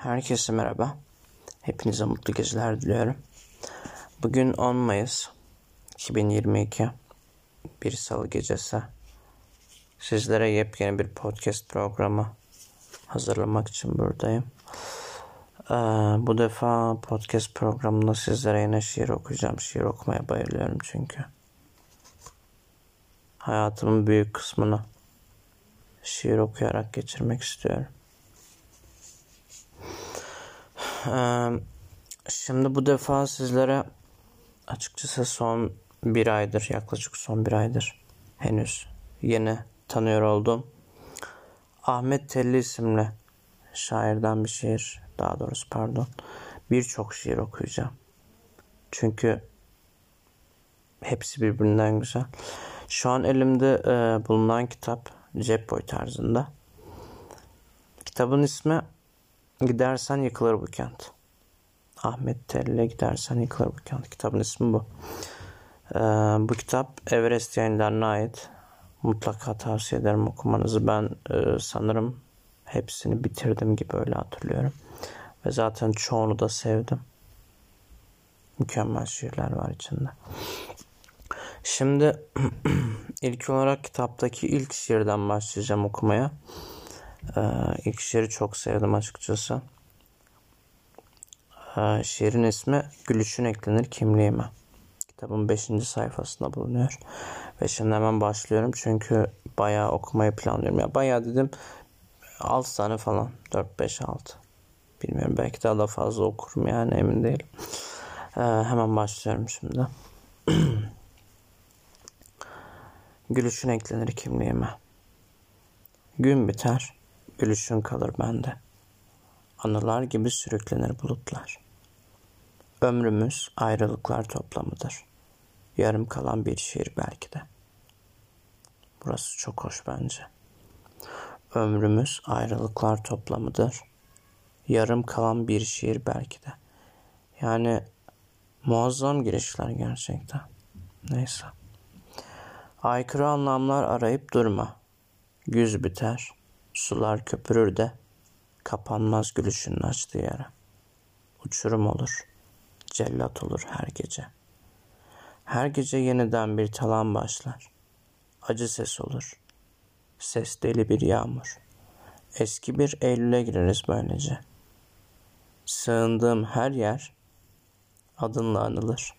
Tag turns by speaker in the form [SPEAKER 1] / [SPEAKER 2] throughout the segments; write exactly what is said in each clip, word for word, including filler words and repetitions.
[SPEAKER 1] Herkese merhaba. Hepinize mutlu geceler diliyorum. Bugün on Mayıs iki bin yirmi iki, bir salı gecesi. Sizlere yepyeni bir podcast programı hazırlamak için buradayım. Ee, bu defa podcast programında sizlere yine şiir okuyacağım. Şiir okumaya bayılıyorum çünkü. Hayatımın büyük kısmını şiir okuyarak geçirmek istiyorum. Ee, şimdi bu defa sizlere açıkçası son bir aydır, yaklaşık son bir aydır henüz yeni tanıyor olduğum Ahmet Telli isimli şairden bir şiir, daha doğrusu pardon, birçok şiir okuyacağım. Çünkü hepsi birbirinden güzel. Şu an elimde e, bulunan kitap cep boy tarzında. Kitabın ismi Gidersen Yıkılır Bu Kent. Ahmet Telli'ye Gidersen Yıkılır Bu Kent. Kitabın ismi bu. Ee, bu kitap Everest Yayınları'na ait. Mutlaka tavsiye ederim okumanızı. Ben e, sanırım hepsini bitirdim gibi öyle hatırlıyorum. Ve zaten çoğunu da sevdim. Mükemmel şiirler var içinde. Şimdi ilk olarak kitaptaki ilk şiirden başlayacağım okumaya. Ee, ilk şiiri çok sevdim açıkçası. Ee, şiirin ismi Gülüşün Eklenir Kimliğime. Kitabın beşinci sayfasında bulunuyor. Ve şimdi hemen başlıyorum çünkü bayağı okumayı planlıyorum. Ya bayağı dedim altı tane falan. dört beş altı. Bilmiyorum, belki daha da fazla okurum yani, emin değilim. Ee, hemen başlıyorum şimdi. Gülüşün eklenir kimliğime. Gün biter, gülüşün kalır bende. Anılar gibi sürüklenir bulutlar. Ömrümüz ayrılıklar toplamıdır. Yarım kalan bir şiir belki de. Burası çok hoş bence. Ömrümüz ayrılıklar toplamıdır. Yarım kalan bir şiir belki de. Yani muazzam girişler gerçekten. Neyse. Aykırı anlamlar arayıp durma. Güz biter, sular köpürür de kapanmaz gülüşünün açtığı yere. Uçurum olur, cellat olur her gece. Her gece yeniden bir talan başlar. Acı ses olur. Ses deli bir yağmur. Eski bir Eylül'e gireriz böylece. Sığındığım her yer adınla anılır.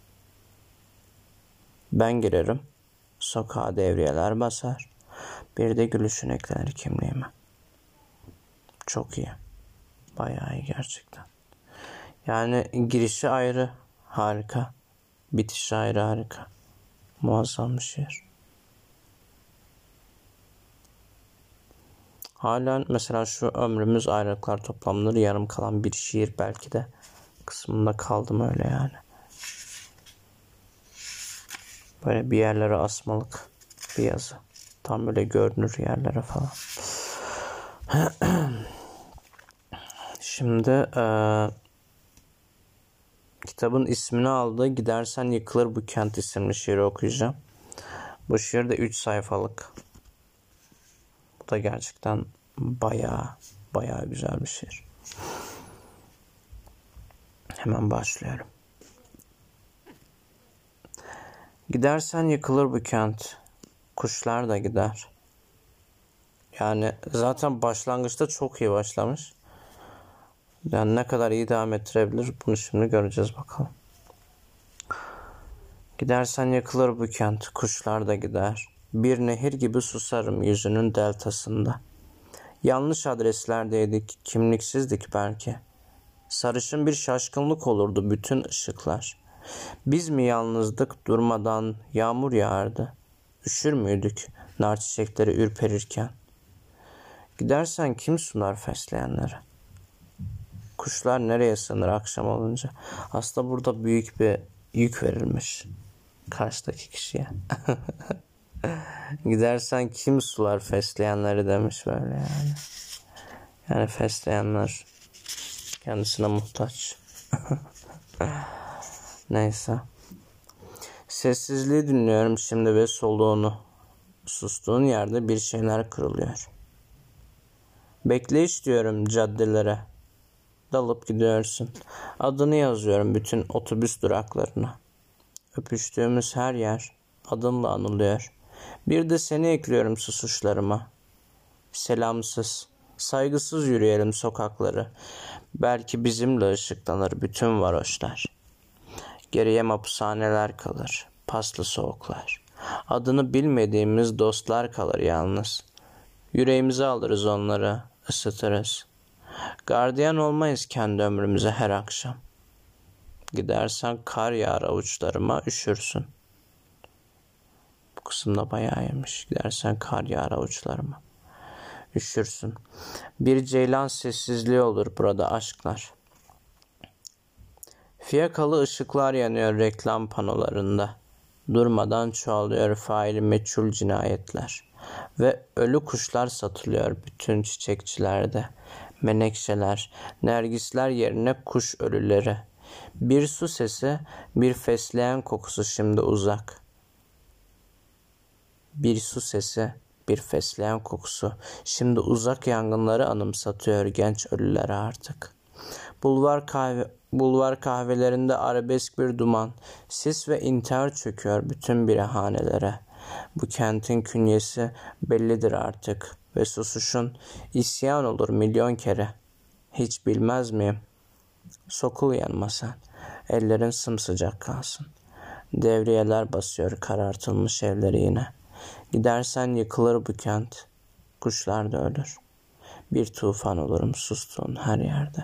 [SPEAKER 1] Ben girerim, sokağa devriyeler basar. Bir de gülüşün eklenir kimliğime. Çok iyi. Bayağı iyi gerçekten. Yani girişi ayrı, harika. Bitişi ayrı, harika. Muazzam bir şiir. Halen mesela şu ömrümüz ayrılıklar toplamları yarım kalan bir şiir belki de kısmında kaldım öyle yani. Böyle bir yerlere asmalık bir yazı. Tam böyle görünür yerlere falan. Şimdi e, kitabın ismini aldığı Gidersen Yıkılır Bu Kent isimli şiiri okuyacağım. Bu şiir de üç sayfalık. Bu da gerçekten bayağı bayağı güzel bir şiir. Hemen başlıyorum. Gidersen yıkılır bu kent. Kuşlar da gider. Yani zaten başlangıçta çok iyi başlamış. Yani ne kadar iyi devam ettirebilir bunu şimdi göreceğiz bakalım. Gidersen yıkılır bu kent. Kuşlar da gider. Bir nehir gibi susarım yüzünün deltasında. Yanlış adreslerdeydik, kimliksizdik belki. Sarışın bir şaşkınlık olurdu bütün ışıklar. Biz mi yalnızdık durmadan yağmur yağardı. Üşür müydük nar çiçekleri ürperirken? Gidersen kim sunar fesleğenleri? Kuşlar nereye sığınır akşam olunca? Aslında burada büyük bir yük verilmiş karşıdaki kişiye. Gidersen kim sular fesleğenleri demiş böyle yani. Yani fesleğenler kendisine muhtaç. Neyse. Sessizliği dinliyorum şimdi ve soluğunu. Sustuğun yerde bir şeyler kırılıyor. Bekleyiş diyorum caddelere. Dalıp gidiyorsun. Adını yazıyorum bütün otobüs duraklarına. Öpüştüğümüz her yer adınla anılıyor. Bir de seni ekliyorum susuşlarıma. Selamsız, saygısız yürüyelim sokakları. Belki bizimle ışıklanır bütün varoşlar. Geriye mapushaneler kalır, paslı soğuklar. Adını bilmediğimiz dostlar kalır yalnız. Yüreğimize alırız onları, ısıtırız. Gardiyan olmayız kendi ömrümüze her akşam. Gidersen kar yağar avuçlarıma, üşürsün. Bu kısımda bayağı iyiymiş. Gidersen kar yağar avuçlarıma, üşürsün. Bir ceylan sessizliği olur burada aşklar. Fiyakalı ışıklar yanıyor reklam panolarında. Durmadan çoğalıyor faili meçhul cinayetler. Ve ölü kuşlar satılıyor bütün çiçekçilerde. Menekşeler, nergisler yerine kuş ölüleri. Bir su sesi, bir fesleğen kokusu şimdi uzak. Bir su sesi, bir fesleğen kokusu şimdi uzak yangınları anımsatıyor genç ölülere artık. Bulvar kahve, bulvar kahvelerinde arabesk bir duman, sis ve intihar çöküyor bütün birahanelere. Bu kentin künyesi bellidir artık ve susuşun isyan olur milyon kere. Hiç bilmez miyim? Sokul yanma sen, ellerin sımsıcak kalsın. Devriyeler basıyor karartılmış evleri yine. Gidersen yıkılır bu kent, kuşlar da ölür. Bir tufan olurum sustuğun her yerde.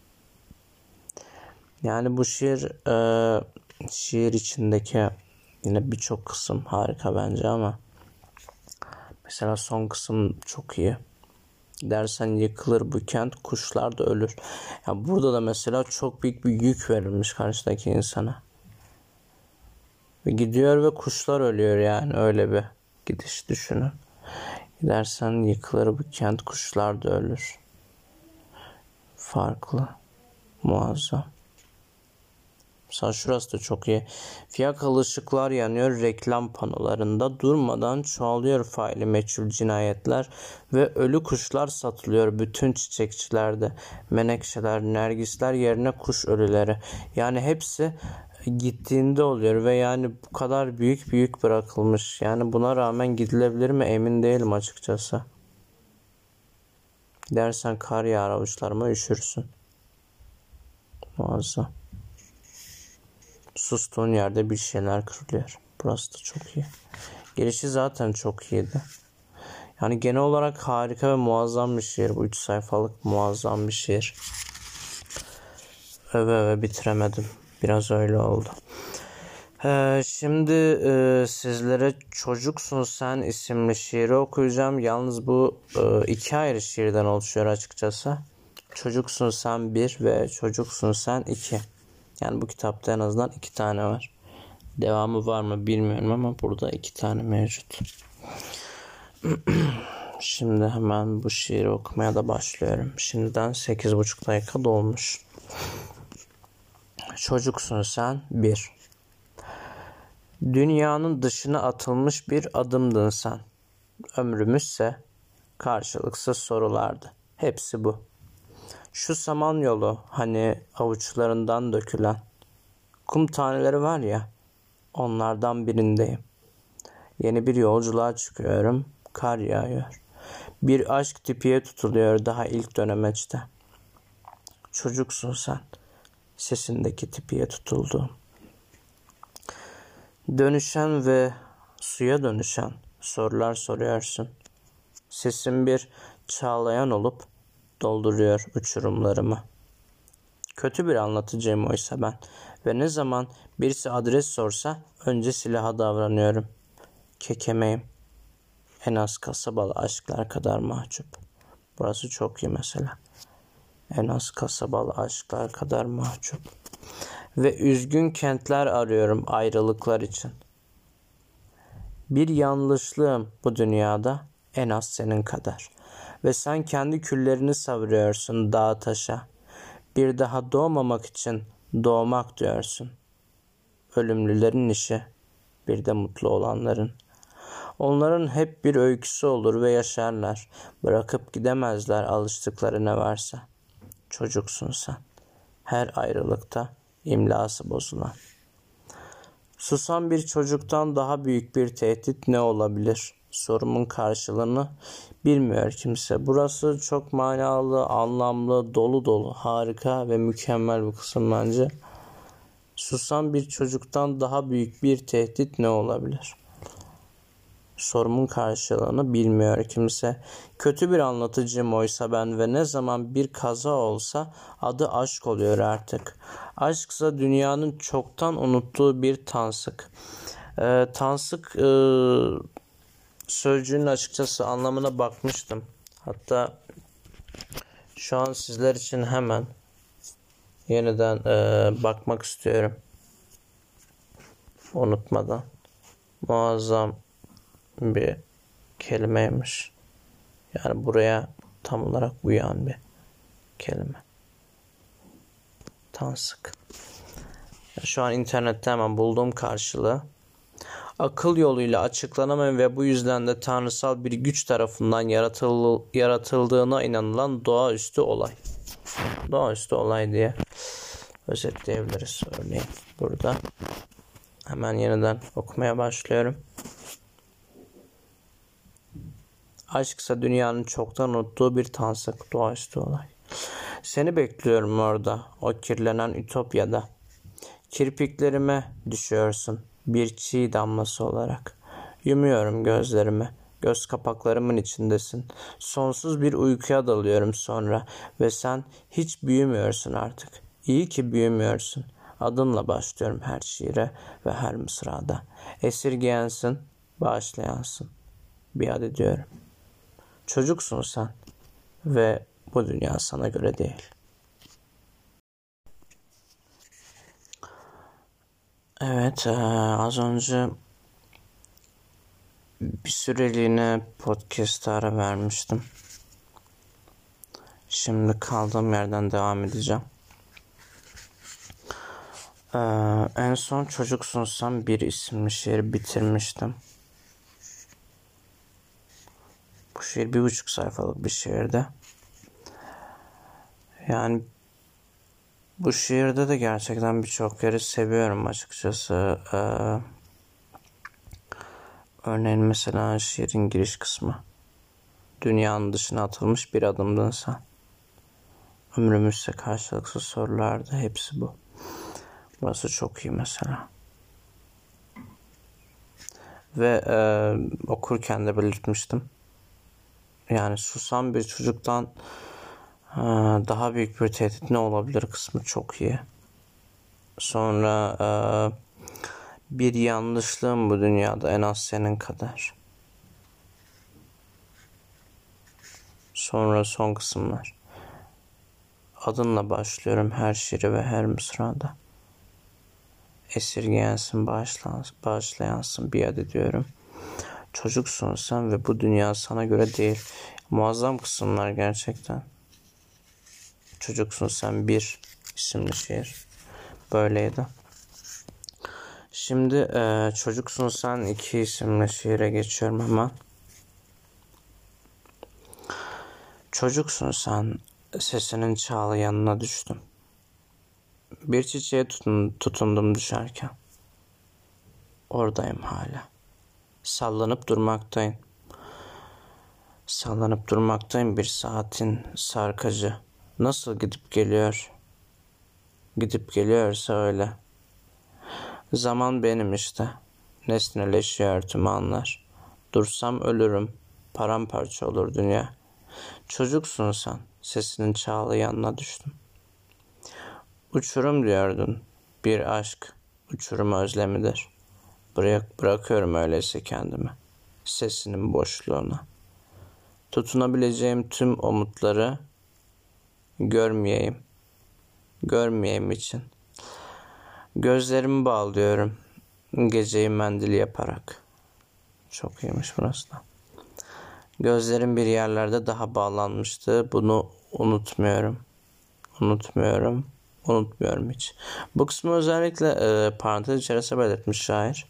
[SPEAKER 1] Yani bu şiir, e, şiir içindeki yine birçok kısım harika bence ama mesela son kısım çok iyi. Dersen yıkılır bu kent, kuşlar da ölür. Yani burada da mesela çok büyük bir yük verilmiş karşıdaki insana. Ve gidiyor ve kuşlar ölüyor yani öyle bir gidiş düşünün. Gidersen yıkılır bu kent, kuşlar da ölür. Farklı, muazzam. Mesela şurası da çok iyi. Fiyakalı ışıklar yanıyor reklam panolarında. Durmadan çoğalıyor faili meçhul cinayetler. Ve ölü kuşlar satılıyor bütün çiçekçilerde. Menekşeler, nergisler yerine kuş ölüleri. Yani hepsi gittiğinde oluyor. Ve yani bu kadar büyük büyük bırakılmış. Yani buna rağmen gidilebilir mi emin değilim açıkçası. Gidersen kar yağar avuçlarıma, üşürsün. Muazzam. Sustuğun yerde bir şeyler kırılıyor. Burası da çok iyi. Girişi zaten çok iyiydi. Yani genel olarak harika ve muazzam bir şiir. Bu üç sayfalık muazzam bir şiir. Öve öve bitiremedim. Biraz öyle oldu. Ee, şimdi e, sizlere Çocuksun Sen isimli şiiri okuyacağım. Yalnız bu e, iki ayrı şiirden oluşuyor açıkçası. Çocuksun Sen bir ve Çocuksun Sen iki. Yani bu kitapta en azından iki tane var. Devamı var mı bilmiyorum ama burada iki tane mevcut. Şimdi hemen bu şiiri okumaya da başlıyorum. Şimdiden sekiz buçuk dakika dolmuş. Çocuksun sen bir. Dünyanın dışına atılmış bir adımdın sen. Ömrümüzse karşılıksız sorulardı. Hepsi bu. Şu samanyolu hani avuçlarından dökülen kum taneleri var ya, onlardan birindeyim. Yeni bir yolculuğa çıkıyorum, kar yağıyor. Bir aşk tipiye tutuluyor daha ilk dönemeçte. Çocuksun sen, sesindeki tipiye tutulduğum. Dönüşen ve suya dönüşen sorular soruyorsun. Sesin bir çağlayan olup dolduruyor uçurumlarımı. Kötü bir anlatıcıyım oysa ben ve ne zaman birisi adres sorsa önce silaha davranıyorum. Kekemeyim. En az kasabalı aşklar kadar mahcup. Burası çok iyi mesela. En az kasabalı aşklar kadar mahcup. Ve üzgün kentler arıyorum ayrılıklar için. Bir yanlışlığım bu dünyada en az senin kadar. Ve sen kendi küllerini savuruyorsun dağa taşa. Bir daha doğmamak için doğmak diyorsun. Ölümlülerin işi, bir de mutlu olanların. Onların hep bir öyküsü olur ve yaşarlar. Bırakıp gidemezler alıştıkları ne varsa. Çocuksun sen. Her ayrılıkta imlası bozulan. Susan bir çocuktan daha büyük bir tehdit ne olabilir? Sorumun karşılığını bilmiyor kimse. Burası çok manalı, anlamlı, dolu dolu, harika ve mükemmel bir kısım bence. Susan bir çocuktan daha büyük bir tehdit ne olabilir? Sorumun karşılığını bilmiyor kimse. Kötü bir anlatıcıyım oysa ben ve ne zaman bir kaza olsa adı aşk oluyor artık. Aşksa dünyanın çoktan unuttuğu bir tansık. Ee, tansık e, sözcüğünün açıkçası anlamına bakmıştım. Hatta şu an sizler için hemen yeniden e, bakmak istiyorum. Unutmadan. Muazzam bir kelimeymiş. Yani buraya tam olarak uyan bir kelime. Tansık. Şu an internette hemen bulduğum karşılığı. Akıl yoluyla açıklanamayan ve bu yüzden de tanrısal bir güç tarafından yaratıl yaratıldığına inanılan doğaüstü olay. Doğaüstü olay diye özetleyebiliriz örneğin burada. Hemen yeniden okumaya başlıyorum. Aşksa dünyanın çoktan unuttuğu bir tansık, doğaüstü olay. Seni bekliyorum orada, o kirlenen ütopyada. Kirpiklerime düşüyorsun, bir çiğ damlası olarak. Yumuyorum gözlerimi, göz kapaklarımın içindesin. Sonsuz bir uykuya dalıyorum sonra ve sen hiç büyümüyorsun artık. İyi ki büyümüyorsun. Adınla başlıyorum her şiire ve her mısrada. Esirgeyensin, bağışlayansın. Biat ediyorum. Çocuksun sen ve bu dünya sana göre değil. Evet, ee, az önce bir süreliğine podcast ara vermiştim. Şimdi kaldığım yerden devam edeceğim. Ee, en son Çocuksun Sen bir isimli şiiri bitirmiştim. Bu şiir bir buçuk sayfalık bir şiirdi. Yani bu şiirde de gerçekten birçok yeri seviyorum açıkçası. Ee, örneğin mesela şiirin giriş kısmı. Dünyanın dışına atılmış bir adımdın sen. Ömrümüzse karşılıksız sorulardı. Hepsi bu. Burası çok iyi mesela. Ve e, okurken de belirtmiştim. Yani susan bir çocuktan e, daha büyük bir tehdit ne olabilir kısmı çok iyi. Sonra e, bir yanlışlığım bu dünyada en az senin kadar. Sonra son kısımlar. Adınla başlıyorum her şiiri ve her mısrada. Esirgeyensin, bağışlayansın, bağışlayansın biat ediyorum. Çocuksun sen ve bu dünya sana göre değil. Muazzam kısımlar gerçekten. Çocuksun sen bir isimli şiir. Böyleydi. Şimdi e, Çocuksun Sen iki isimli şiire geçiyorum hemen. Çocuksun sen, sesinin çağlayanına düştüm. Bir çiçeğe tutun, tutundum düşerken. Oradayım hala. Sallanıp durmaktayım. Sallanıp durmaktayım bir saatin sarkacı. Nasıl gidip geliyor? Gidip geliyorsa öyle. Zaman benim işte. Nesneleşiyor tüm anlar. Dursam ölürüm. Paramparça olur dünya. Çocuksun sen. Sesinin çağlayanına düştüm. Uçurum diyordun. Bir aşk. Uçurum özlemidir. Bırak, bırakıyorum öyleyse kendimi. Sesinin boşluğuna. Tutunabileceğim tüm umutları görmeyeyim. Görmeyeyim için. Gözlerimi bağlıyorum. Geceyi mendil yaparak. Çok iyiymiş burası da. Gözlerim bir yerlerde daha bağlanmıştı. Bunu unutmuyorum. Unutmuyorum. Unutmuyorum hiç. Bu kısmı özellikle e, parantez içerisinde belirtmiş şair.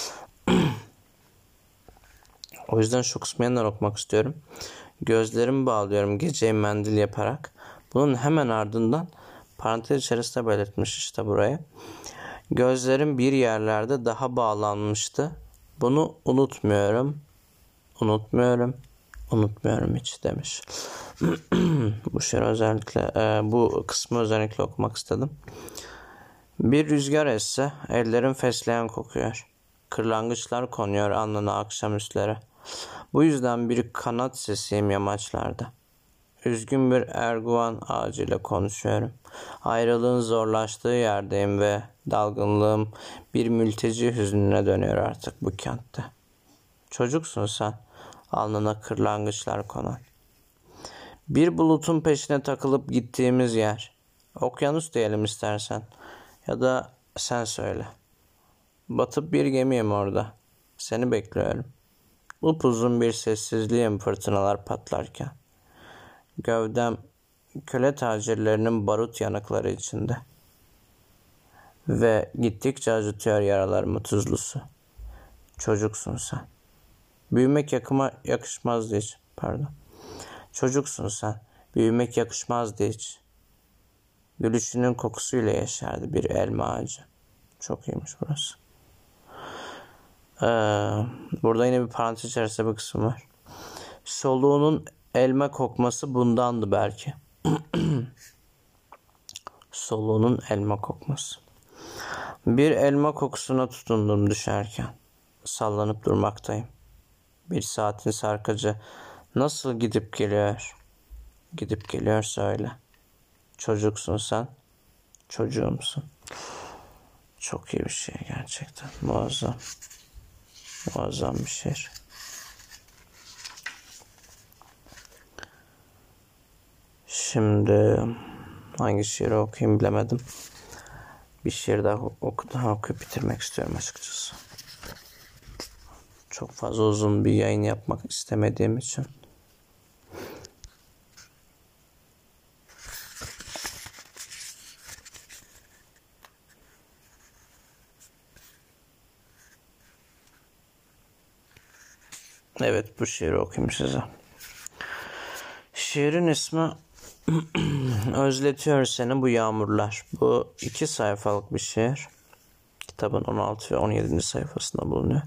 [SPEAKER 1] O yüzden şu kısmı yeniden okumak istiyorum. Gözlerimi bağlıyorum geceyi mendil yaparak. Bunun hemen ardından parantez içerisinde belirtmiş işte buraya. Gözlerim bir yerlerde daha bağlanmıştı. Bunu unutmuyorum. Unutmuyorum. Unutmuyorum hiç demiş. Bu şiir özellikle e, bu kısmı özellikle okumak istedim. Bir rüzgar esse ellerim fesleğen kokuyor. Kırlangıçlar konuyor alnına akşamüstleri. Bu yüzden bir kanat sesiyim yamaçlarda. Üzgün bir erguvan ağacıyla konuşuyorum. Ayrılığın zorlaştığı yerdeyim ve dalgınlığım bir mülteci hüznüne dönüyor artık bu kentte. Çocuksun sen, alnına kırlangıçlar konan. Bir bulutun peşine takılıp gittiğimiz yer. Okyanus diyelim istersen. Ya da sen söyle. Batıp bir gemiyim orada. Seni bekliyorum. Upuzun bir sessizliğim fırtınalar patlarken. Gövdem köle tacirlerinin barut yanıkları içinde. Ve gittikçe acıtıyor yaralarımı tuzlusu. Çocuksun sen. Büyümek yakıma yakışmazdı hiç. Pardon. Çocuksun sen. Büyümek yakışmazdı hiç. Gülüşünün kokusuyla yaşardı bir elma ağacı. Çok iyiymiş burası. Ee, burada yine bir parantez içerisinde bir kısım var. Soluğunun elma kokması bundandı belki. Soluğunun elma kokması. Bir elma kokusuna tutundum düşerken. Sallanıp durmaktayım. Bir saatin sarkacı nasıl gidip geliyor? Gidip geliyor söyle. Çocuksun sen. Çocuğumsun. Çok iyi bir şey gerçekten. Muazzam. Muazzam bir şiir. Şimdi hangi şiiri okuyayım bilemedim. Bir şiir daha, oku, daha okuyup bitirmek istiyorum açıkçası. Çok fazla uzun bir yayın yapmak istemediğim için. Evet, bu şiiri okuyayım size. Şiirin ismi Özletiyor Seni Bu Yağmurlar. Bu iki sayfalık bir şiir. Kitabın on altı ve on yedinci sayfasında bulunuyor.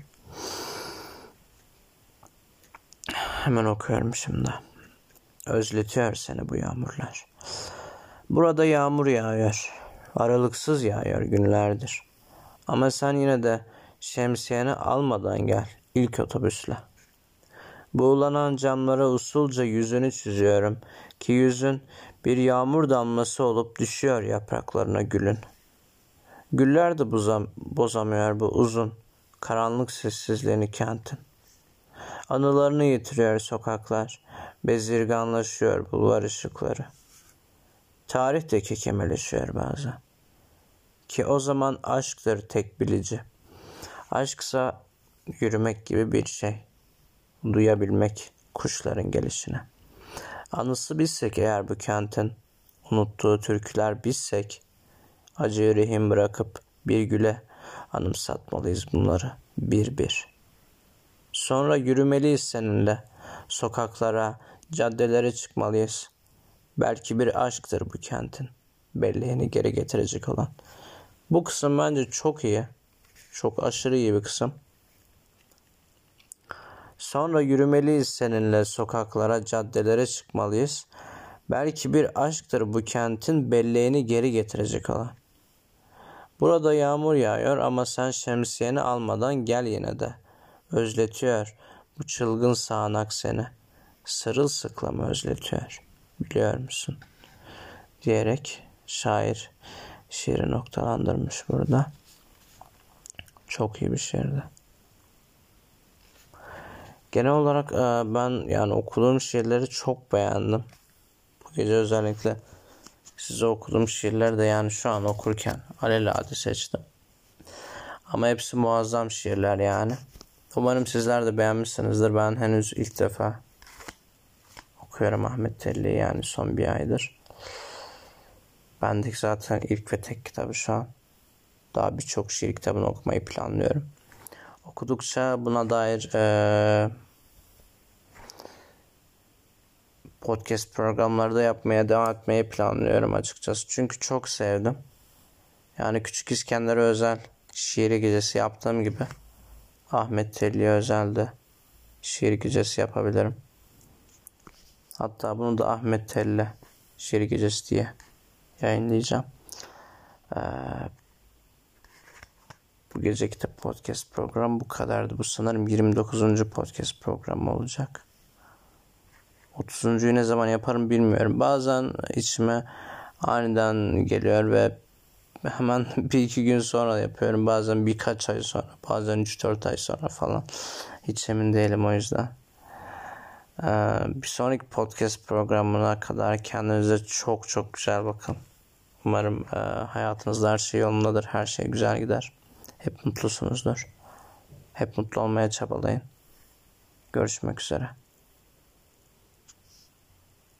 [SPEAKER 1] Hemen okuyorum şimdi. Özletiyor seni bu yağmurlar. Burada yağmur yağıyor. Aralıksız yağıyor günlerdir. Ama sen yine de şemsiyeni almadan gel ilk otobüsle. Buğulanan camlara usulca yüzünü çiziyorum ki yüzün bir yağmur damlası olup düşüyor yapraklarına gülün. Güller de bozam, bozamıyor bu uzun, karanlık sessizliğini kentin. Anılarını yitiriyor sokaklar, bezirganlaşıyor bulvar ışıkları. Tarih de kekemeleşiyor bazen. Ki o zaman aşktır tek bilici. Aşksa yürümek gibi bir şey. Duyabilmek kuşların gelişine. Anısı bizsek eğer bu kentin, unuttuğu türküler bizsek, acıyı rehin bırakıp bir güle anımsatmalıyız bunları bir bir. Sonra yürümeliyiz seninle, sokaklara, caddelere çıkmalıyız. Belki bir aşktır bu kentin, belleğini geri getirecek olan. Bu kısım bence çok iyi, çok aşırı iyi bir kısım. Sonra yürümeliyiz seninle, sokaklara, caddelere çıkmalıyız. Belki bir aşktır bu kentin, belleğini geri getirecek olan. Burada yağmur yağıyor ama sen şemsiyeni almadan gel yine de. Özletiyor bu çılgın sağanak seni. Sırılsıklam özletiyor. Biliyor musun? Diyerek şair şiiri noktalandırmış burada. Çok iyi bir şiirdi. Genel olarak ben yani okuduğum şiirleri çok beğendim. Bu gece özellikle size okuduğum şiirleri de yani şu an okurken alelade seçtim. Ama hepsi muazzam şiirler yani. Umarım sizler de beğenmişsinizdir. Ben henüz ilk defa okuyorum Ahmet Telli'yi yani son bir aydır. Bendeki zaten ilk ve tek kitabı şu an. Daha birçok şiir kitabını okumayı planlıyorum. Okudukça buna dair ee, podcast programları da yapmaya devam etmeyi planlıyorum açıkçası. Çünkü çok sevdim. Yani Küçük İskender'e özel şiir gecesi yaptığım gibi Ahmet Telli'ye özel de şiir gecesi yapabilirim. Hatta bunu da Ahmet Telli şiir gecesi diye yayınlayacağım. Ee, bu geceki de podcast program bu kadardı. Bu sanırım yirmi dokuzuncu podcast programı olacak. otuzuncuyu ne zaman yaparım bilmiyorum. Bazen içime aniden geliyor ve hemen bir iki gün sonra yapıyorum. Bazen birkaç ay sonra, bazen üç dört ay sonra falan. Hiç emin değilim o yüzden. Ee, bir sonraki podcast programına kadar kendinize çok çok güzel bakın. Umarım e, hayatınızda her şey yolundadır. Her şey güzel gider. Hep mutlusunuzdur. Hep mutlu olmaya çabalayın. Görüşmek üzere.